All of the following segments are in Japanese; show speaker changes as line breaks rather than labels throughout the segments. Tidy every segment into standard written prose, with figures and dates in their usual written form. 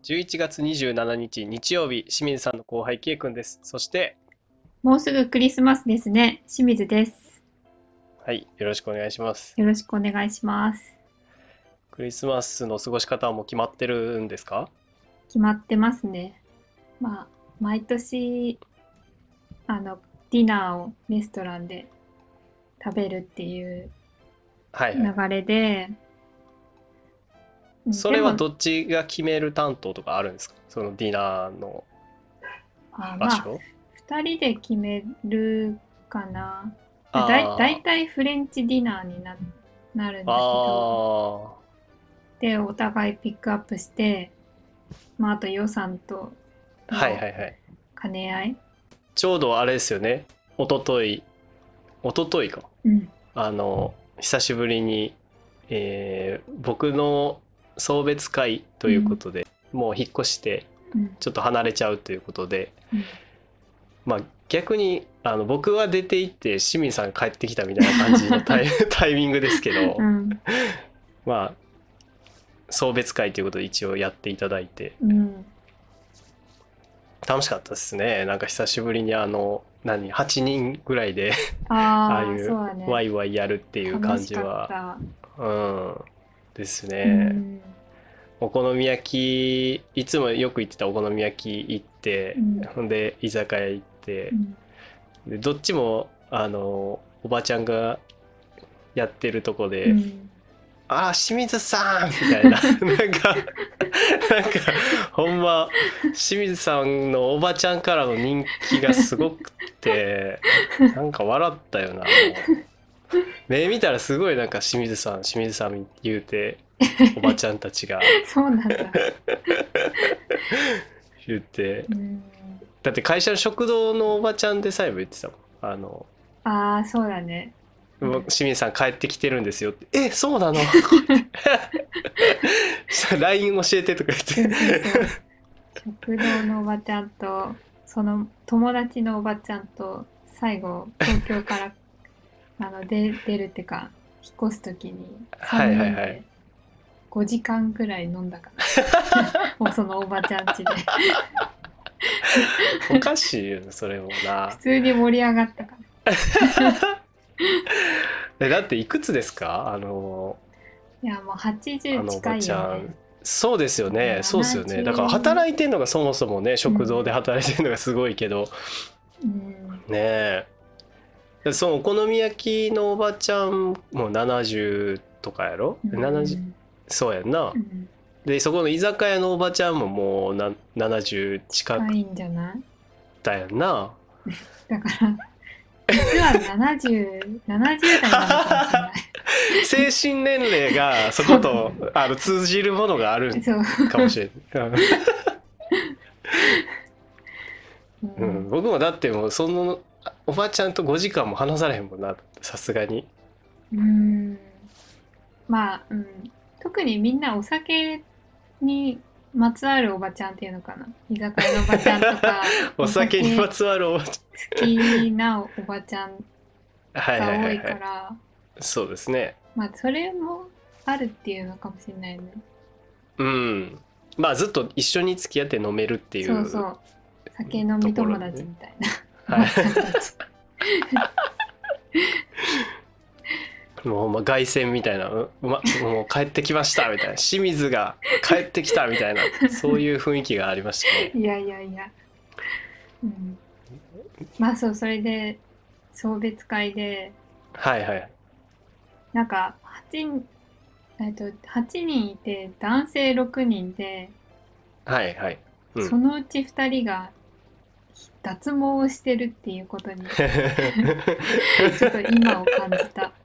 11月27日日曜日、清水さんの後輩 K 君です。そして、
もうすぐクリスマスですね。清水です。
はい、よろしくお願いします。
よろしくお願いします。
クリスマスの過ごし方はもう決まってるんですか？
決まってますね。まあ、毎年、ディナーをレストランで食べるっていう
はいはい。
流れで、
それは
でも、
どっちが決める担当とかあるんですか？そのディナーの場
まあ、
所。
二人で決めるかな。だい
あ
たいフレンチディナーになる
あ、
んだけど、
ああ、
で、お互いピックアップして、まあ、あと予算との
はいはいはい。
兼ね合い。
ちょうどあれですよね。おととい、おとといか。
うん。
久しぶりに、僕の送別会というこ
うん。
とで、もう引っ越して
うん。
ちょっと離れちゃうということで、
うん。
まあ逆に僕は出て行って清水さんが帰ってきたみたいな感じのタイミングですけど、
うん。
まあ送別会ということで一応やっていただいて
うん。
楽しかったですね。なんか久しぶりに8人ぐらいでああい
ああ、そ
う
うだね。
ワイワイやるっていう感
楽しかっ
じは、
た。
うんです
う
ね。
ん。
お好み焼きいつもよく行ってたお好み焼き行って、
うん。
ほんで居酒屋行って、
うん。
でどっちもおばちゃんがやってるとこで
うん。
「ああ清水さん!」みたいななんかほんま清水さんのおばちゃんからの人気がすごくて、なんか笑ったよな。もう目見たらすごいなんか清水さん清水さん言うて、おばちゃんたちが
そうなんだ。
言って、
うん。
だって会社の食堂のおばちゃんでさえも言ってたもん。
ああ、そうだね。うん。
清水さん帰ってきてるんですよって「えそうなの?」LINE 教えてとか言
そうそうそう。
って
食堂のおばちゃんと、その友達のおばちゃんと、最後、東京から、出るってか、引っ越すときに、
はい
3
はいはい。
人で5時間くらい飲んだかな。もうそのおばちゃん家で。
おかしいよねそれもな。
普通に盛り上がったから。
だっていくつですか？
いや、もう80
おば
近いよね。
ちゃん。そうですよね、そうですよね。だから
70、
働いてんのがそもそもね、
うん、
食堂で働いてんのがすごいけど
うん、
ねえ。そのお好み焼きのおばちゃんも70とかやろ？
う
70？
ん、
そうやんな。
うん。
でそこの居酒屋のおばちゃんももう70近く
近いんじゃない？
だよな。
だから、実は70代なのかもしれない。
精神年齢がそ
そう、
こと通じるものがある
そう。
かもしれない。
う
うん、
ん、
僕もだってもうそのおばちゃんと5時間も話されへんもんな、さすがに。
うん。まあ、うん。特にみんなお酒にまつわるおばちゃんっていうのかな。居酒屋のおばちゃんとか、
お
お
酒にま
酒好
つわるおばち
きなおばちゃん
ゃん。はいはい
が多い
はいはい。
から、
そうですね。
まあ、それもあるっていうのかもしれないね。
うん。まあずっと一緒に付き合って飲めるっていう
そうそう。酒飲
と
み友
ころでね。
達みたいなお
はい。
ばちゃんたち。
もうほんま凱旋みたいな、もう帰ってきましたみたいな、清水が帰ってきたみたいな、そういう雰囲気がありましたね。
いやいやいや。うん。まあそう、それで、送別会で、
はいはい。
なんか、8人いて、男性6人で、
はいはい。うん。
そのうち2人が脱毛をしてるっていうことに、ちょっと今を感じた。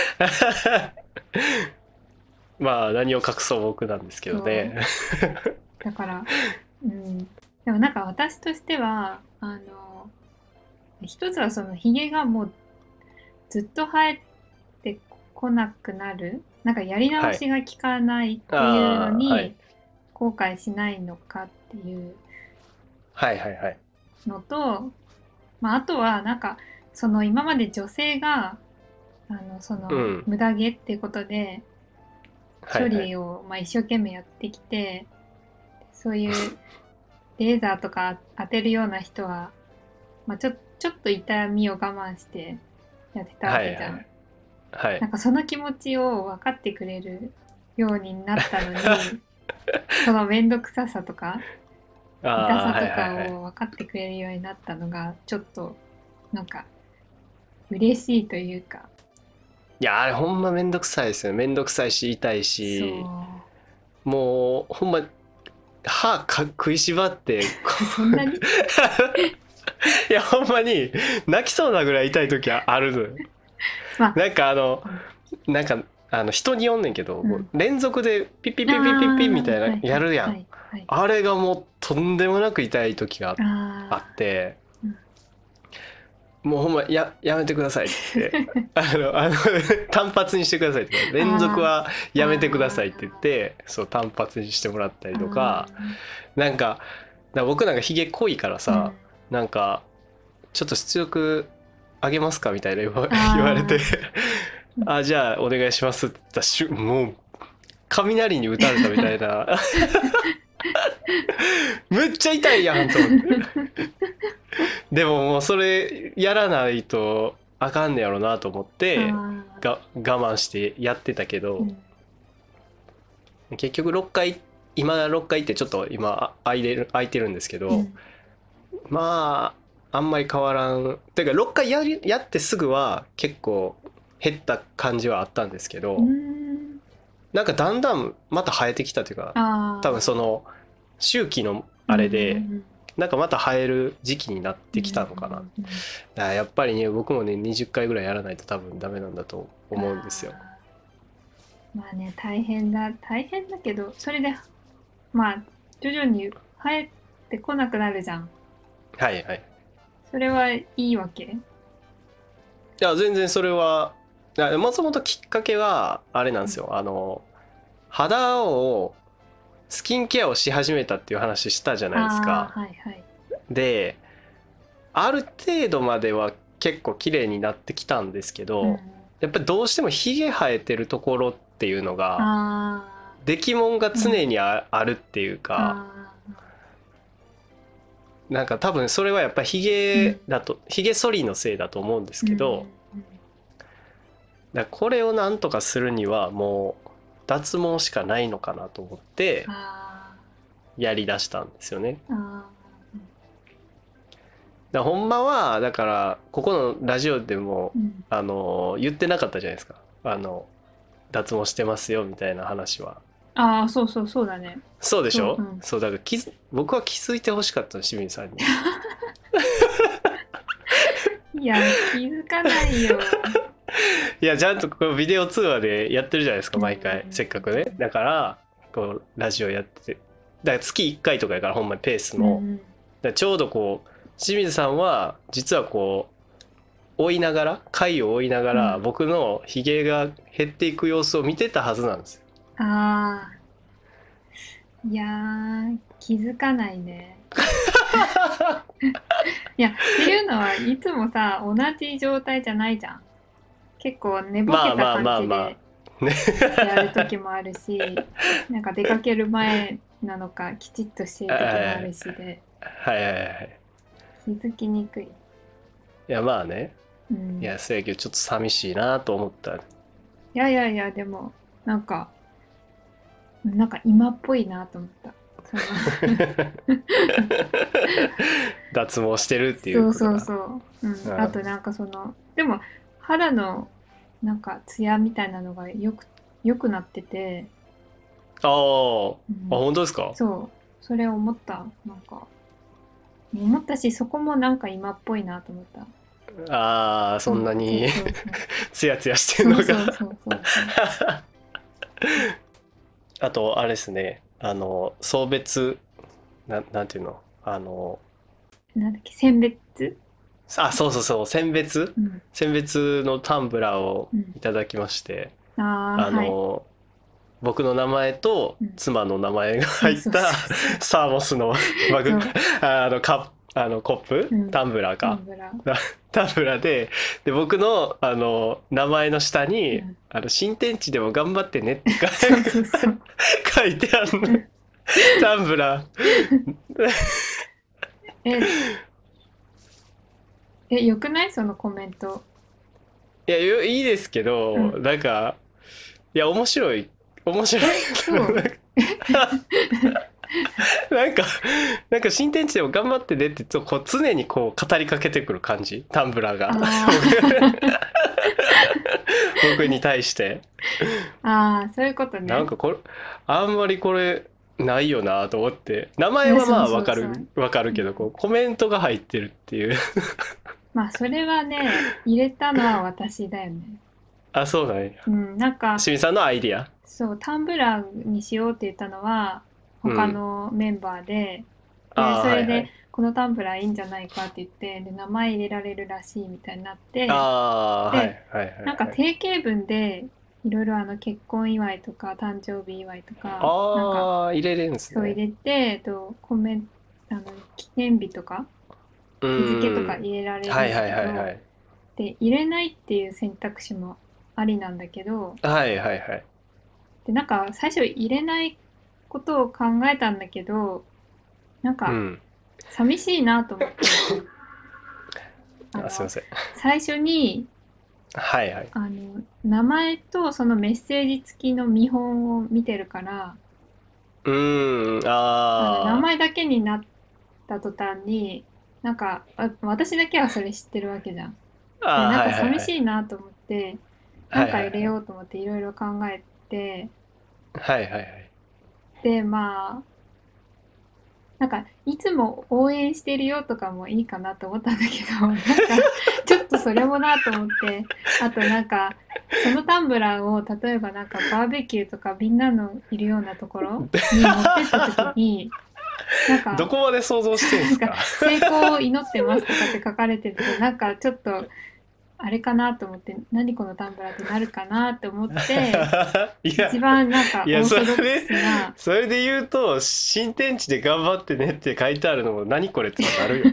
まあ何を隠そう僕なんですけど
そう。
ね。
だから、うん。でもなんか私としては、一つはそのヒゲがもうずっと生えてこなくなる。なんかやり直
はい。
しが効かないっていうの
ああ、は
に
い。
後悔しないのかっていう
はいはいはい。
のと、まあ、あとはなんかその今まで女性がその
うん。
無駄毛っていうことで処
はいはい。
理をまあ一生懸命やってきて、 そういうレーザーとか当てるような人は、まあ、ちょっと痛みを我慢してやってたわけじゃん。
はいはいはい
なんかその気持ちを分かってくれるようになったのにその面倒くささとか痛さと
はいはいはい
かを分かってくれるようになったのがちょっとなんか嬉しいというか。
いやあれほんまめんどくさいですよ。めんどくさいし痛い
そ
し、
う
もうほんま食いしばって
そんなに
いやほんまに泣きそうなぐらい痛い時あるのよ。
まあ
なんかなんか人によんねんけど、
うん
こう連続でピッピッピッピッピッピッみたいなやるやん、
はいはいはい
あれがもうとんでもなく痛い時があ
あ
って
うん
もうほんまやめてくださいって単発にしてくださいって連続はやめてくださいって言ってそう単発にしてもらったりとか、なんか僕なんかひげ濃いからさ、なんかちょっと出力上げますかみたいな言われてあじゃあお願いしますって言ったらもう雷に打たれたみたいなむっちゃ痛いやんと思ってでももうそれやらないとあかんねやろなと思って我慢してやってたけど、結局今6回ってちょっと今空いてるんですけど、まああんまり変わらんていうか6回やってすぐは結構減った感じはあったんですけど、なんかだんだんまた生えてきたというか、多分その周期のあれでなんかまた生える時期になってきたのかな。だからやっぱりね僕もね20回ぐらいやらないと多分ダメなんだと思うんですよ。
まあね大変だけどそれでまあ徐々に生えてこなくなるじゃん。
はいはい。
それはいいわけ？
いや全然それはもともときっかけはあれなんですよ。肌をスキンケアをし始めたっていう話したじゃないですか。
はいはい、
である程度までは結構綺麗になってきたんですけど、やっぱりどうしてもひげ生えてるところっていうのが出来もんが常にあるっていうか、なんか多分それはやっぱりひげ剃りのせいだと思うんですけど、だからこれをなんとかするにはもう脱毛しかないのかなと思ってやりだしたんですよね。だほんまはだからここのラジオでも、言ってなかったじゃないですか。脱毛してますよみたいな話は。
そうだね。
そうでしょ。そうだから僕は気づいてほしかったの清水さんに。
いや気づかないよ。
いやちゃんとこうビデオ通話でやってるじゃないですか毎回、せっかくね。だからこうラジオやってだから月1回とかやからほんまにペースも、だからちょうどこう清水さんは実はこう回を追いながら、僕のひげが減っていく様子を見てたはずなんですよ。
いや気づかないね。いやっていうのはいつもさ同じ状態じゃないじゃん。結構寝ぼけた感じでやる時もあるし、なんか出かける前なのかきちっとしている時もあるしで、気づきにくい。
いやまあね、いやそうやけどちょっと寂しいなと思った。
いやでもなんか今っぽいなと思った。
脱毛してるっていうことが。
そう、あとなんかでも肌のなんかツヤみたいなのがよくなってて。
本当ですか？
そうそれ思った。なんか思ったしそこもなんか今っぽいなと思った。
そんなにツヤツヤしてるのが。あとあれですね送別なんていうの
なんだっけ選別？
そう選別のタンブラーをいただきまして、僕の名前と妻の名前が入ったサーモスのコップタンブラーで僕の名前の下に新天地でも頑張ってねって書いてあるの。 タンブラー。
え、よくないそのコメント。
いや、いいですけど、
うん。
なんか、いや、面白い。面白い。
そう。
なんか、なんか新天地でも頑張ってねってこう常にこう語りかけてくる感じ、タンブラーが。
あー
僕に対して。
あー、そういうことね。
なんかこれ、あんまりこれ、ないよなと思って。名前はま
そう
あ
そうそう。
わかるけど、こうコメントが入ってるっていう。
まあ、それはね、入れたのは私だよね。
あ、そうなんや。
うん、なんか、
清水さんのアイディア。
そう、タンブラーにしようって言ったのは、他
うん。
のメンバーで、
ああ、
それで、
はいはい。
このタンブラーいいんじゃないかって言って、で、名前入れられるらしいみたいになっ
あ
て、
あ、はい
で、
はいはい
なんか
はい。
定型文で、いろいろ結婚祝いとか、誕生日祝いとか、なんか、
ああ、入れれるんですね。
そう入れて、コメント、記念日とか、
う
日付と
ーん。
か入れられるんだ
はいはい
けど、
はいはい。
で、入れないっていう選択肢もありなんだけど、
はいはいはい。
で、なんか最初入れないことを考えたんだけど、なんか
うん。
寂しいなと思って、あ
あ、すいま
の、
せん。
最初に、
はいはい。
名前とそのメッセージ付きの見本を見てるから、
うーん、
名
あ
前だけになった途端に、なんか、私だけはそれ知ってるわけじゃん。
あ、
で、
ああ、
なんか
はいはいはい。
寂しいなと思って、なんか入れ
はいはいはい。
ようと思っていろいろ考えて、
はいはいはい。
で、まあ、なんか、いつも応援してるよとかもいいかなと思ったんだけど、なんか、ちょっとそれもなと思って、あとなんか、そのタンブラーを、例えばなんかバーベキューとかみんなのいるようなところに持ってった時に、なんか、
どこまで想像してん
なんか、
すか？
成功を祈ってますとかって書かれてると、なんかちょっと、あれかなと思って、何このタンブラーってなるかなって思って、
いや、
一番なんか
いや、
オーソドックスな、
それで言うと、新天地で頑張ってねって書いてあるのも何これってなるよ。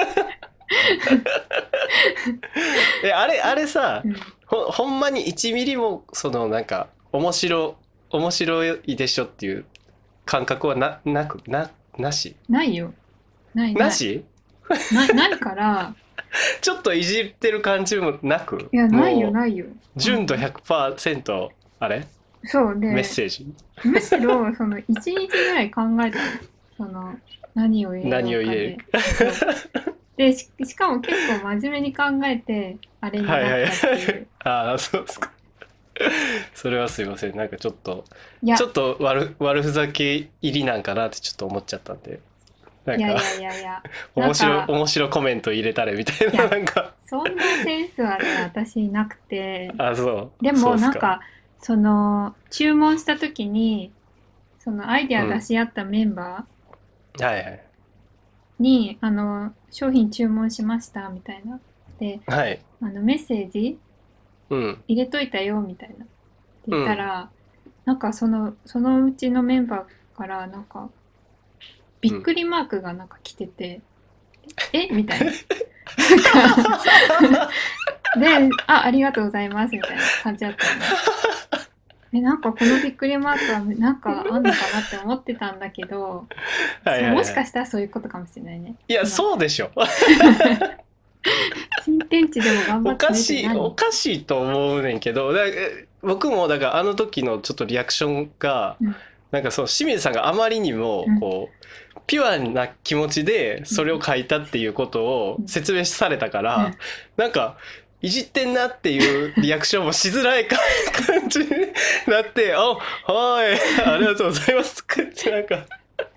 あれさ、
うん、
ほんまに1ミリも、そのなんか、面白いでしょっていう感覚はなし
ないよ。ないない。
なし
ないから、
ちょっといじってる感じもなく、
いや、ないよ、
も
ないよ。
う、純度100%、あれ
そうで、
メッセージ
むしろ、一日ぐらい考えたの。何を入れよ
何を入れる？
うかで。そう。で、しかも結構真面目に考えて、あれに
はいはい。
なったっていう。
ああ、そうですか。それはすいません。なんか
いや、
ちょっと悪ふざけ入りなんかなってちょっと思っちゃったんで。なんか、
いやいやいやいや。なんか、
面白コメント入れたれみたいな、
いや、
なんか、
そんなセンスはね、私なくて。
あ、
で
そうっすか。
もなんか、注文した時に、そのアイデア出
うん。
し合ったメンバ
はいはい。
ーに、商品注文しましたみたいな。で、
はい。
メッセージ
うん。
入れといたよみたいな。って言った
うん。
ら、なんかそのうちのメンバーからなんか、び
うん。
っくりマークがなんか来てて、みたいな。なんかで、ありがとうございますみたいな感じだったのね。なんかこのびっくりマークはなんかあんのかなって思ってたんだけど、
はいはいはい。
もしかしたらそういうことかもしれないね。
いや、そうでしょ。
新天地でも頑張ってねって
お
何？
かしいと思うねんけど、僕もだからあの時のちょっとリアクションが、
うん、
なんかその清水さんがあまりにも
うん、
こうピュアな気持ちでそれを
うん、
書いたっていうことを
うん、
説明されたから、
うん。
なんかいじってんなっていうリアクションもしづらい感じになって、あ、はい、ありがとうございますってなんか、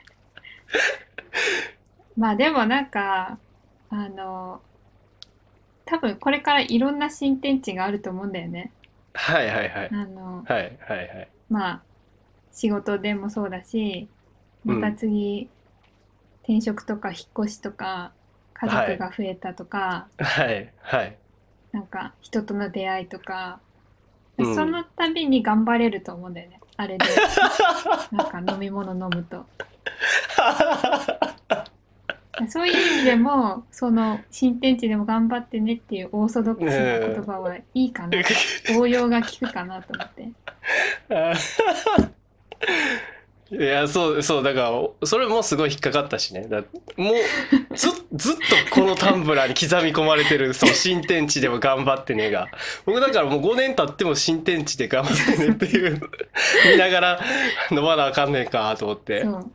まあでもなんか、あの、多分これからいろんな新天地があると思うんだよね。
はいはいはい。
あの、
はいはいはい。
まあ、仕事でもそうだし、また
うん。
次、転職とか引っ越しとか、家族
はい。
が増えたとか、
はいはい。
なんか人との出会いとか、そ
うん。
の度に頑張れると思うんだよね。あれで、なんか飲み物飲むと。そういう意味でも、その新天地でも頑張ってねっていうオーソドッ
う
クスな言
ん。
葉はいいかなと。応用が効くかなと思って。
いや、そうそう、だからそれもすごい引っかかったしね。もうずっとこのタンブラーに刻み込まれてる、そう新天地でも頑張ってねが、僕だからもう5年経っても新天地で頑張ってねっていう見ながら飲まなあかんねえかと思って。
そう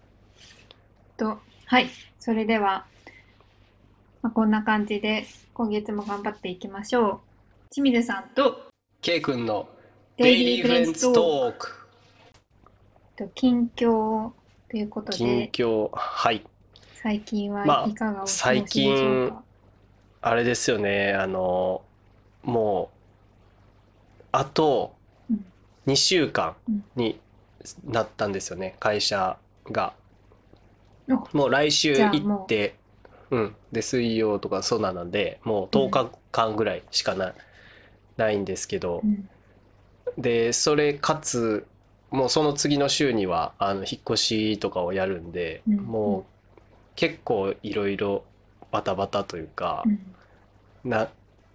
はい、それでは、こんな感じで今月も頑張っていきましょう。清水さんと
K 君の
デイリーフレンズトーク
ク。
近況ということ
近
で、
況、はい。
最近はいかがお過ごし
最
でしょう
近
か。
あれですよね、もうあと
うん
2週間になったんですよね、会社が。
お
もう来週
じゃあ
行って、で水曜とかそうなんで、もう10日間ぐらいしかないんですけど、
うん
でそれかつもうその次の週には引っ越しとかをやるんで、
うん
もう結構いろいろバタバタというか、
うん
な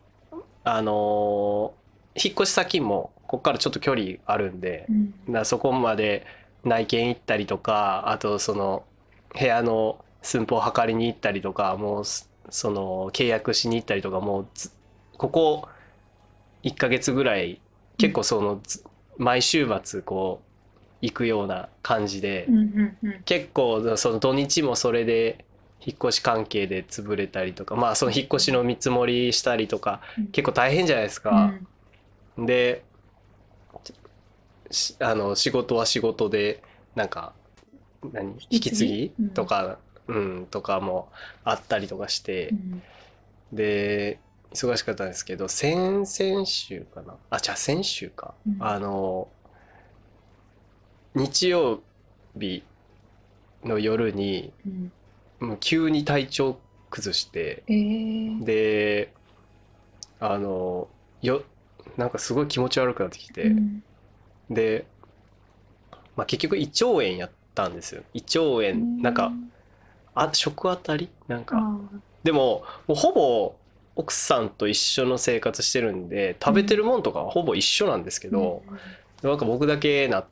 引っ越し先もここからちょっと距離あるんで、
うん
そこまで内見行ったりとか、あとその部屋の寸法を測りに行ったりとか、もうその契約しに行ったりとか、もうここ1ヶ月ぐらい結構その毎週末こう行くような感じで、
うんうんうん
結構その土日もそれで引っ越し関係で潰れたりとか、まあその引っ越しの見積もりしたりとか結構大変じゃないですか。で仕事は仕事でなんか引き継ぎとか、とかもあったりとかして、で忙しかったんですけど、先々週かな、じゃあ先週か、日曜日の夜にもう急に体調崩して、でなんかすごい気持ち悪くなってきて、で、結局胃腸炎やったんですよ。胃腸炎なんか食あたりなんか、でもほぼ奥さんと一緒の生活してるんで食べてるもんとかはほぼ一緒なんですけど、なんか僕だけなって、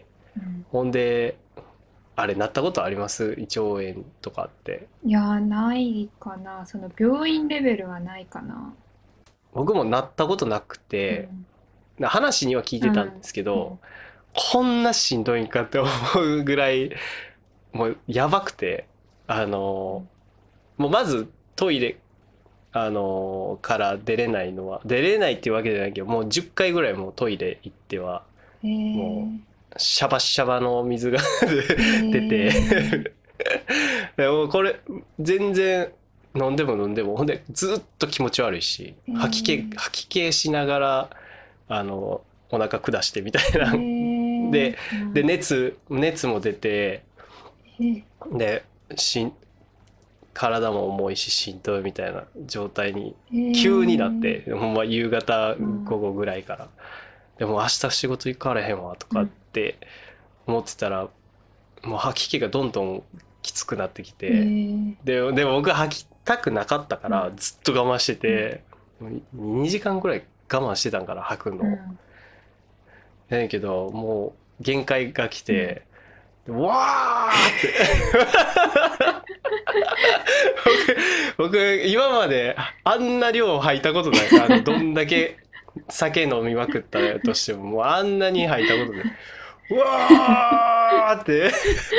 ほんであれなったことあります？胃腸炎とかって。
いやないかな、その病院レベルはないかな。
僕もなったことなくて、話には聞いてたんですけど、こんなしんどいんかって思うぐらいもうやばくて、もうまずトイレから出れないっていうわけじゃないけど、もう10回ぐらいもうトイレ行ってはもうシャバシャバの水が出てでもこれ全然飲んでもほんでずっと気持ち悪いし、吐き気しながらお腹下してみたいなで熱も出て、で体も重いししんどいみたいな状態に急になって、ほんま夕方午後ぐらいから、でも明日仕事行かれへんわとかって思ってたら、もう吐き気がどんどんきつくなってきて、でも僕吐きたくなかったからずっと我慢してて、2時間ぐらい我慢してたんから吐くの。だけどもう限界が来て、わーって僕今まであんな量吐いたことない。どんだけ酒飲みまくったとしても、もうあんなに吐いたことない。うわーって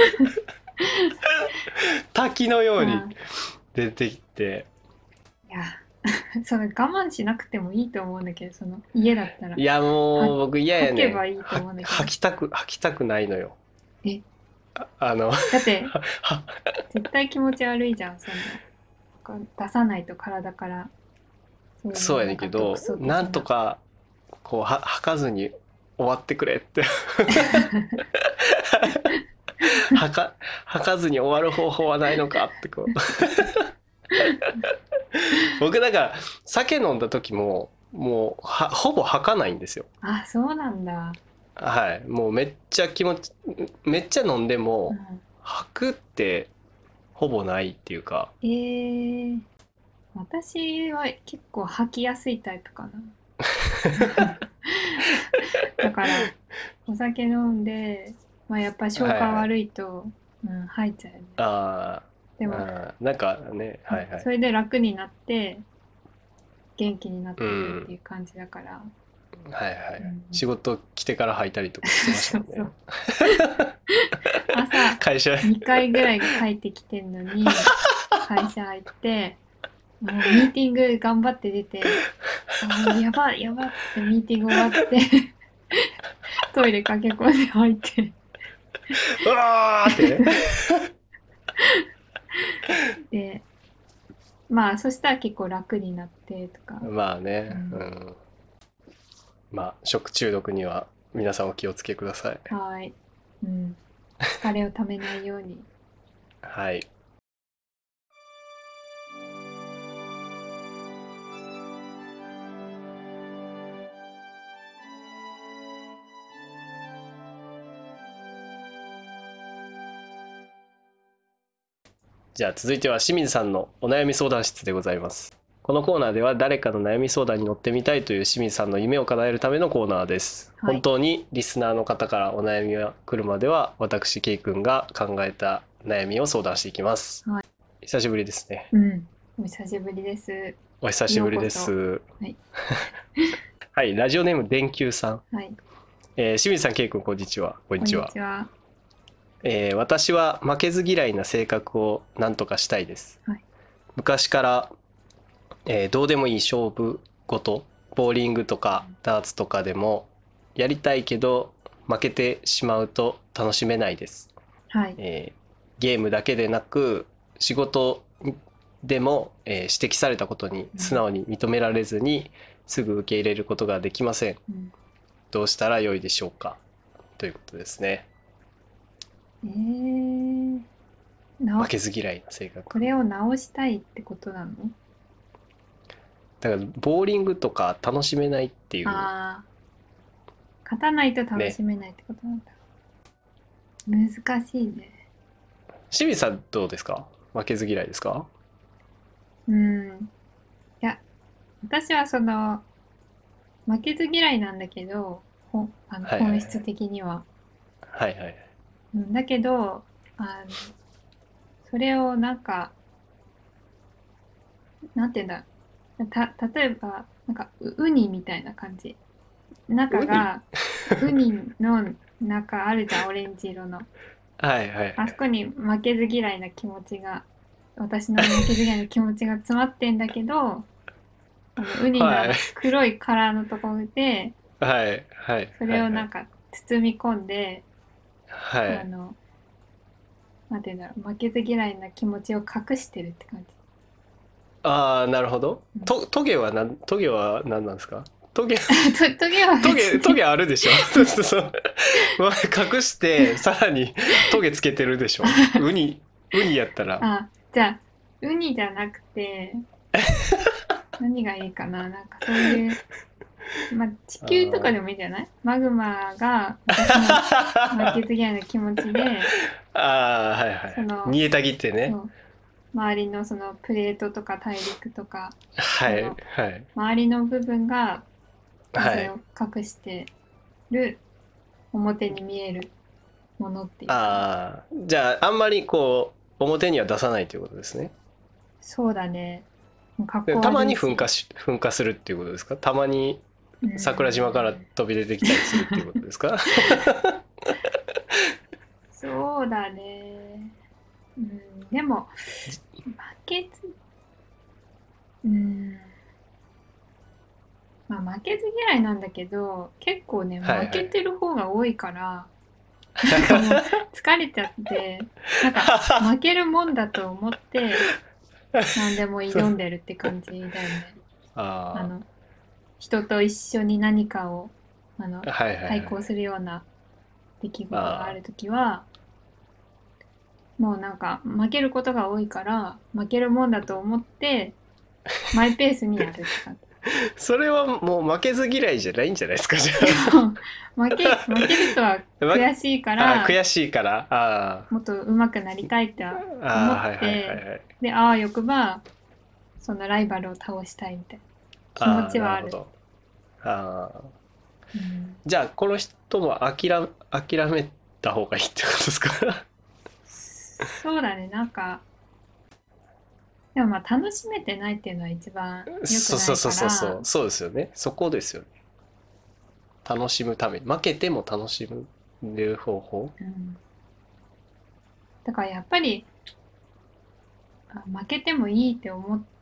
滝のように出てきて、
いやその我慢しなくてもいいと思うんだけど、その家だったら。
いやもう僕嫌やねん。
吐けばいいと思うんだけど。
吐きたくないのよ。
だって絶対気持ち悪いじゃん、その出さないと体から。
そうやねんけど、なんとかこう吐かずに終わってくれって吐かずに終わる方法はないのかってこう僕だから酒飲んだ時ももうほぼ吐かないんですよ。
あ、そうなんだ。
はい、もうめっちゃ飲んでも、吐くってほぼないっていうか。
私は結構吐きやすいタイプかなだからお酒飲んでまあやっぱ消化悪いと、吐いちゃうよね。
あ
でも、
なんかね、はいはい。
それで楽になって元気になってるっていう感じだから、
はいはい。
うん、
仕事来てから吐いたりとかしてましたもんね。
そう朝
会社
2回ぐらい帰ってきてんのに会社入ってもうミーティング頑張って出て、もうやばいやばってミーティング終わってトイレ駆け込んで入って
うわーってね。
で、まあそしたら結構楽になってとか、
まあね、
うん、
まあ食中毒には皆さんお気をつけください。
はい、うん、疲れをためないように。
はい。じゃあ続いては清水さんのお悩み相談室でございます。このコーナーでは誰かの悩み相談に乗ってみたいという清水さんの夢を叶えるためのコーナーです。
はい、
本当にリスナーの方からお悩みが来るまでは私ケイ君が考えた悩みを相談していきます。
はい、
久しぶりですね。
うん、お久しぶりです。
お久しぶりです。
はい、
はい、ラジオネーム電球さん。
はい、
清水さん、ケイ君、こんにちは。こん
こん
にちは。
にちは。
私は負けず嫌いな性格を何とかしたいです。
はい、
昔から、どうでもいい勝負事、ボーリングとかダーツとかでもやりたいけど負けてしまうと楽しめないです。
はい、
ゲームだけでなく仕事でも、指摘されたことに素直に認められずにすぐ受け入れることができません。
うん、
どうしたらよいでしょうか、ということですね。負けず嫌いな性格。
これを直したいってことなの？
だからボーリングとか楽しめないっていう。
ああ、勝たないと楽しめないってことなんだ。難しいね。
清水さんどうですか？負けず嫌いですか？
うん。いや、私はその、負けず嫌いなんだけど、本質的には。
はいはい。
だけど、あの、それをなんか、なんて言うんだ。例えば、なんか、ウニみたいな感じ。中が、ウニの中あるじゃん、オレンジ色の。
はいはい。
あそこに負けず嫌いな気持ちが、私の負けず嫌いな気持ちが詰まってんだけど、ウニの黒い殻のところで、
はいはい。
それをなんか包み込んで、
はい。
なんていうんだろう、負けず嫌いな気持ちを隠してるって感じ。
ああ、なるほとトゲは何なんですか？トゲ
トゲは
トゲあるでしょ。隠してさらにトゲつけてるでしょ。ウニやったら。
じゃあウニじゃなくて何がいいかな、なんかそういう、まあ、地球とかでもいいんじゃない？マグマが私の負けず嫌いな気持ちで、
はいはい。煮えたぎってね。
周りのそのプレートとか大陸とか、
はいはい。
周りの部分がそ
はい。
れを隠してる、表に見えるものっていう
か。じゃああんまりこう表には出さないということですね。
そうだね。かっこ悪いし。
たまに噴火するっていうことですか？たまに桜島から飛び出てきたりするっていうことですか？
そうだね。でも負けず、まあ負けず嫌いなんだけど、結構ね、負けてる方が多いから、なんかもう疲れちゃって、なんか負けるもんだと思って何でも挑んでるって感じだよね。人と一緒に何かを対抗するような出来事があるときは、もうなんか負けることが多いから負けるもんだと思ってマイペースにやるって感じ。
それはもう負けず嫌いじゃないんじゃないですか？じゃ
あ負けるとは悔しいから、
悔しいから
もっと上手くなりたいって思って、であわよくばそのライバルを倒したいみたいな気持ちはある。
じゃあこの人も諦めた方がいいってことですか？
そうだね、なんかでもまあ楽しめてないっていうのは一番良く
そうそうそう
ないから、
そうそうそうですよね。そこですよね。楽しむために負けても楽しむる方法。
うん、だからやっぱり負けてもいいって思って、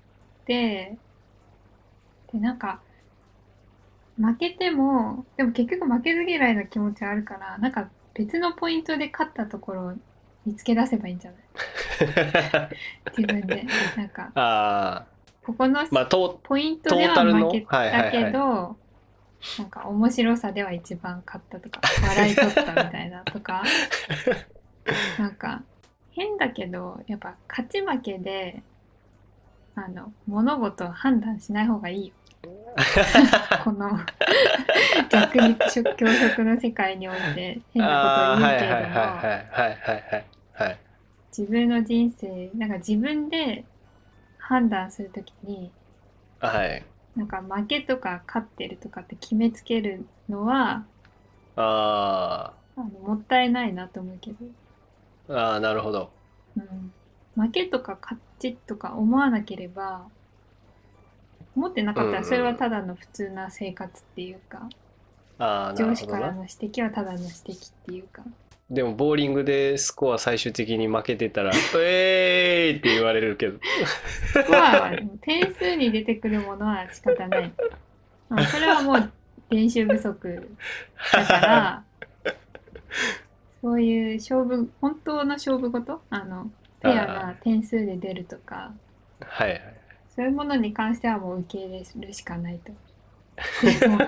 でなんか負けてもでも結局負けず嫌いな気持ちはあるから、なんか別のポイントで勝ったところを見つけ出せばいいんじゃない？自分でなんか
ああ、
ここの
まあ
ポイント
ト
では
ータルの、
負け
はいは
たけ
いはい。
ど、なんか面白さでは一番勝ったとか笑い取ったみたいなとか、なんか変だけどやっぱ勝ち負けで物事を判断しない方がいいよ。この逆に教職の世界において変なことを
ああ、
言うけれ
はいはいはい
ども、
はいはいはいはいはい。
自分の人生なんか自分で判断するときに、
はい。
なんか負けとか勝ってるとかって決めつけるのは
あ
もったいないなと思うけど、
あ、ああ、なるほど。
うん、負けとか勝ちとか思わなければ、思ってな
うん
かったらそれは
うん。
ただの普通な生活っていうか、
ああ、なる
上
ほどな。
司からの指摘はただの指摘っていうか、
でもボーリングでスコア最終的に負けてたら「うえーい!」って言われるけど。
スコアは点数に出てくるものは仕方ない。まあ、それはもう練習不足だから、そういう本当の勝負事、フェア
あ
な点数で出るとか、
あ、はいはい。
そういうものに関してはもう受け入れるしかないと。でも、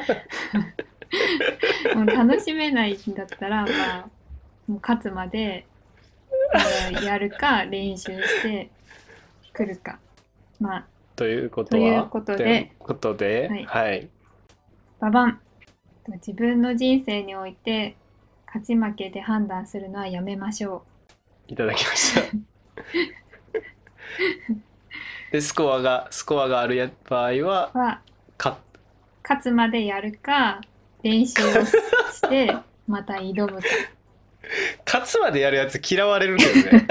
もう楽しめないんだったら、まあ、もう勝つまで、やるか、練習してくるか。まあ、
というこ
という
とは
ことで、
ということで、
はい、
はい。
ババン。自分の人生において、勝ち負けで判断するのはやめましょ
いただきました。で、スコアがある場合は
う。
勝
勝つまでやるか、練習をしてまた挑むか。
勝つまでやるやつ嫌われるけどね。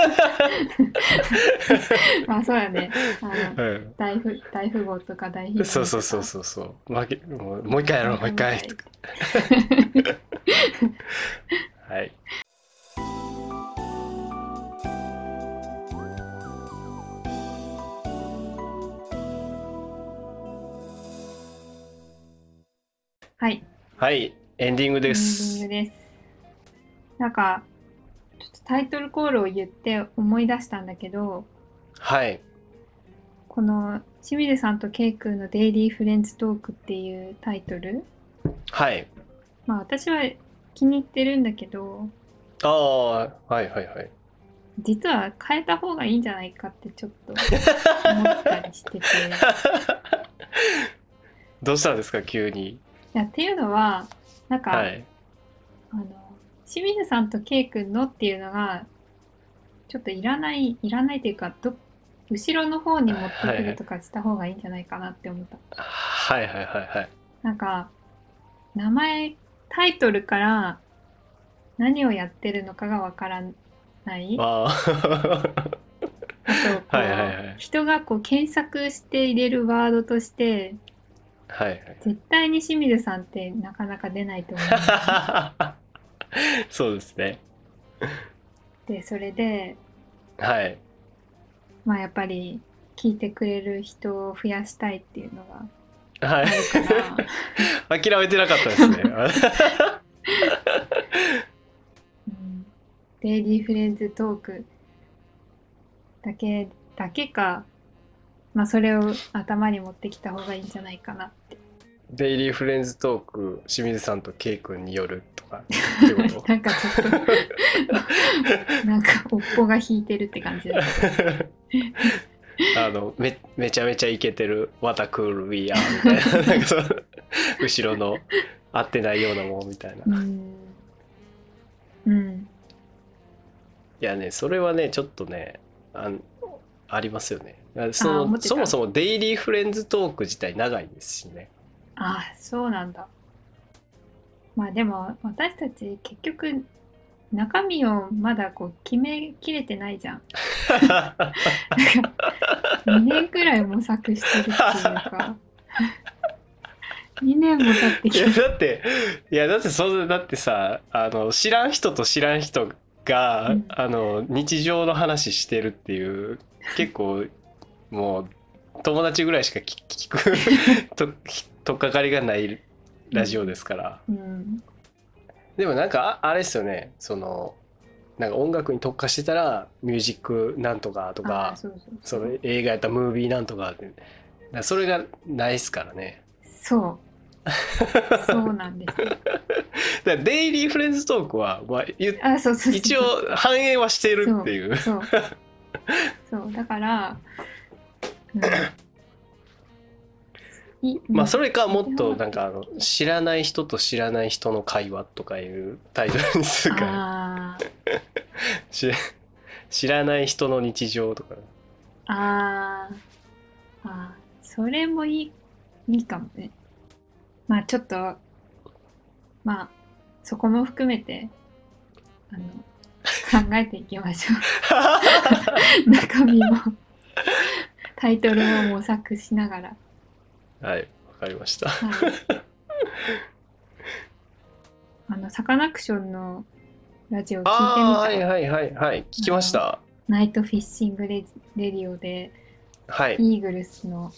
まあそうだね。
う
大富豪とか大貧
ん、そうそうそう
民とか。
そうそう、もう一回やろう、もう一回とか。はい。
はい、
はい、エンディングで
エンディング
す。
です。なんか、ちょっとタイトルコールを言って思い出したんだけど、
はい。
この清水さんとケイ君のデイリーフレンズトークっていうタイトル、
はい。
まあ私は気に入ってるんだけど、
ああ、はいはいはい。
実は変えた方がいいんじゃないかってちょっと思ったりしてて。
どうしたんですか、急に。
いや、っていうのは、なんか、
はい。
あの、清水さんとケイ君のっていうのが、ちょっといらないというか、後ろの方に持って
はいはい。
くるとかした方がいいんじゃないかなって思った。
はいはいはいはい。
なんか、名前、タイトルから何をやってるのかがわからない。
ああ。
あと、
はいはい
こう、
はい。
人がこう検索して入れるワードとして、
はいはい。
絶対に清水さんってなかなか出ないと思うんだよね。
そうですね。
で、それで、
はい。
まあやっぱり聞いてくれる人を増やしたいっていうのが
はい。
あるから、
諦めてなかったですね。
うん、デイリーフレンズトークだけ、だけか、まあそれを頭に持ってきた方がいいんじゃないかなって。
デイリーフレンズトーク、清水さんとケイ君によるとかってこと？
なんかちょっとなんか尾っぽが引いてるって感じだけど。
めちゃめちゃイケてる「ワタクールウィーアー」みたいな、なんかその後ろの合ってないようなもんみたいな。い
うん。うん。
やね、それはねちょっとね、あありますよね。
ああ、思ってた。
そもそもデイリーフレンズトーク自体長いですしね。
ああ、そうなんだ。まあでも私たち結局中身をまだこう決めきれてないじゃん。なんか2年くらい模索してるっていうか2年も経って
いや
きて
だってだってさ知らん人と知らん人が、日常の話してるっていう結構もう友達ぐらいしか聞くとっかかりがないラジオですから、でもなんかあれですよね、なんか音楽に特化してたらミュージックなんとかとか、その映画やったらムービーなんとかって、それがないっすからね。
そうなんですよ。
だからデイリーフレンズトークは、まあ、一応反映はしてるっていう。
そうだから、
まあそれかもっとなんか知らない人と知らない人の会話とかいうタイトルにするから知らない人の日常とか。
それもいいかもね。まあちょっとまあそこも含めて考えていきましょう。中身もタイトルも模索しながら。
はい、わかりました。
サカナクションのラジオ聞いてみた。
はい聞きました。
ナイトフィッシングレディオで、イーグルスの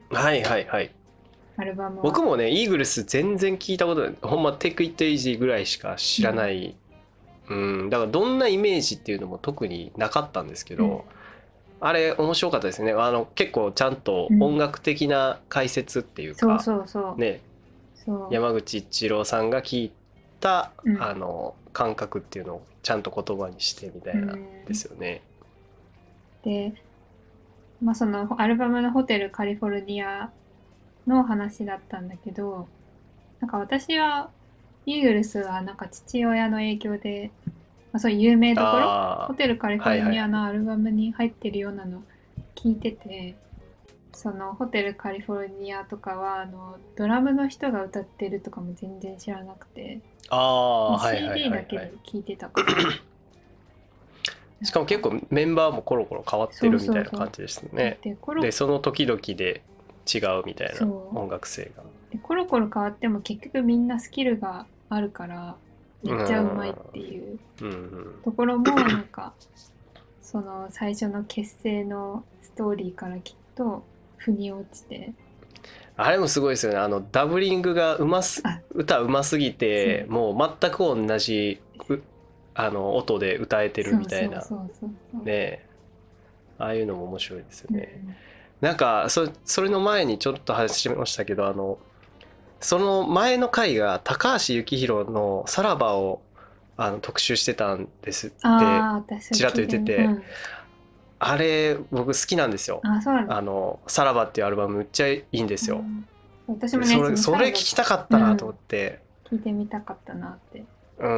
アルバムを。
僕もねイーグルス全然聞いたことない。ほんまテイクイットイージーぐらいしか知らない、だからどんなイメージっていうのも特になかったんですけど、あれ面白かったですね。結構ちゃんと音楽的な解説っていうか、ね、山口一郎さんが聞いた、感覚っていうのをちゃんと言葉にしてみたいなですよね。
で、まあそのアルバムのホテルカリフォルニアの話だったんだけど、なんか私はイーグルスはなんか父親の影響で、そういう有名どころホテルカリフォルニアのアルバムに入ってるようなの聞いてて、そのホテルカリフォルニアとかはドラムの人が歌ってるとかも全然知らなくて、CD だけで聞いてたから。
しかも結構メンバーもコロコロ変わってるみたいな感じですね。でその時々で違うみたいな音楽性が。
でコロコロ変わっても結局みんなスキルがあるからめっちゃうまいっていうところもなんかその最初の結成のストーリーからきっと腑に落ちて。
あれもすごいですよね。ダブリングが歌うますぎてもう全く同じ音で歌えてるみたいなね。ああいうのも面白いですよね。なんかそれの前にちょっと話しましたけどその前の回が高橋幸宏の「さらば」を特集してたんですってちらっと言ってて、あれ僕好きなんですよ。さらばっていうアルバムめっちゃいいんですよ。
私もね
それ聞きたかったなと思って、
聞いてみたかったなって。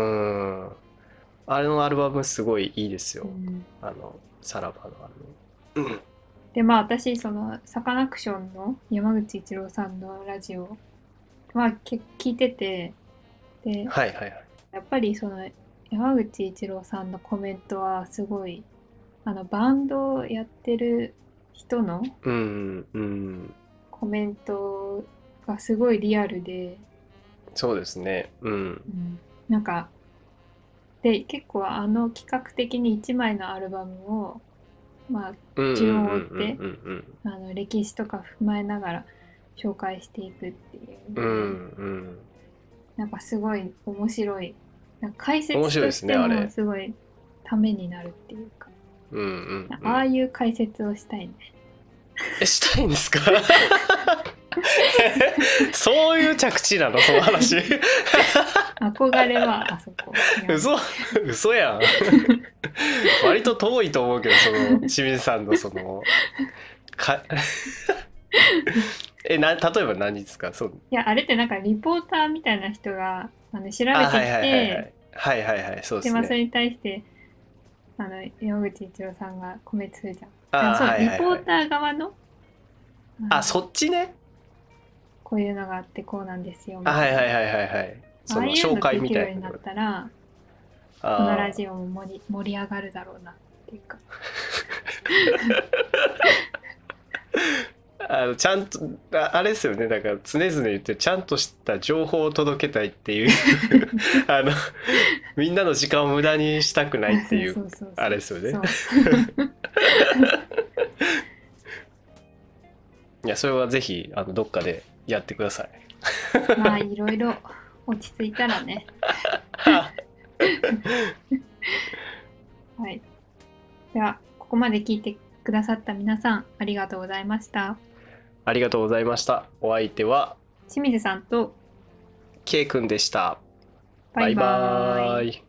あれのアルバムすごいいいですよ。さらばの
でまあ私そのサカナクションの山口一郎さんのラジオは聞いてて、で、やっぱりその山口一郎さんのコメントはすごいバンドをやってる人のコメントがすごいリアルで。
そうですね。
なんかで結構企画的に1枚のアルバムをまあ順を追って歴史とか踏まえながら紹介していくっていうなんかすごい面白い。なんか解説としてもすごいためになるっていうか、ああいう解説をしたいね。
したいんですか？そういう着地なのその話。
憧れはあそこ。
嘘やん。割と遠いと思うけど清水さんの例えば何ですか？い
やあれってなんかリポーターみたいな人が調べてきて、
そうですね。
でそれに対して山口一郎さんがコメントするじゃん。そうリポーター側の
そっちね。
こういうのがあってこうなんですよみ
たいな。その紹介みたいな。
になったらこのラジオも盛り上がるだろうなっていうか
ちゃんとあれですよね、だから常々言ってちゃんとした情報を届けたいっていうみんなの時間を無駄にしたくないっていうあれですよねいやそれはぜひどっかでやってください
まあいろいろ落ち着いたらねはい、ではここまで聞いてくださった皆さんありがとうございました。
ありがとうございました。お相手は
清水さんと
K 君でした。
バイバーイ。
バイバーイ。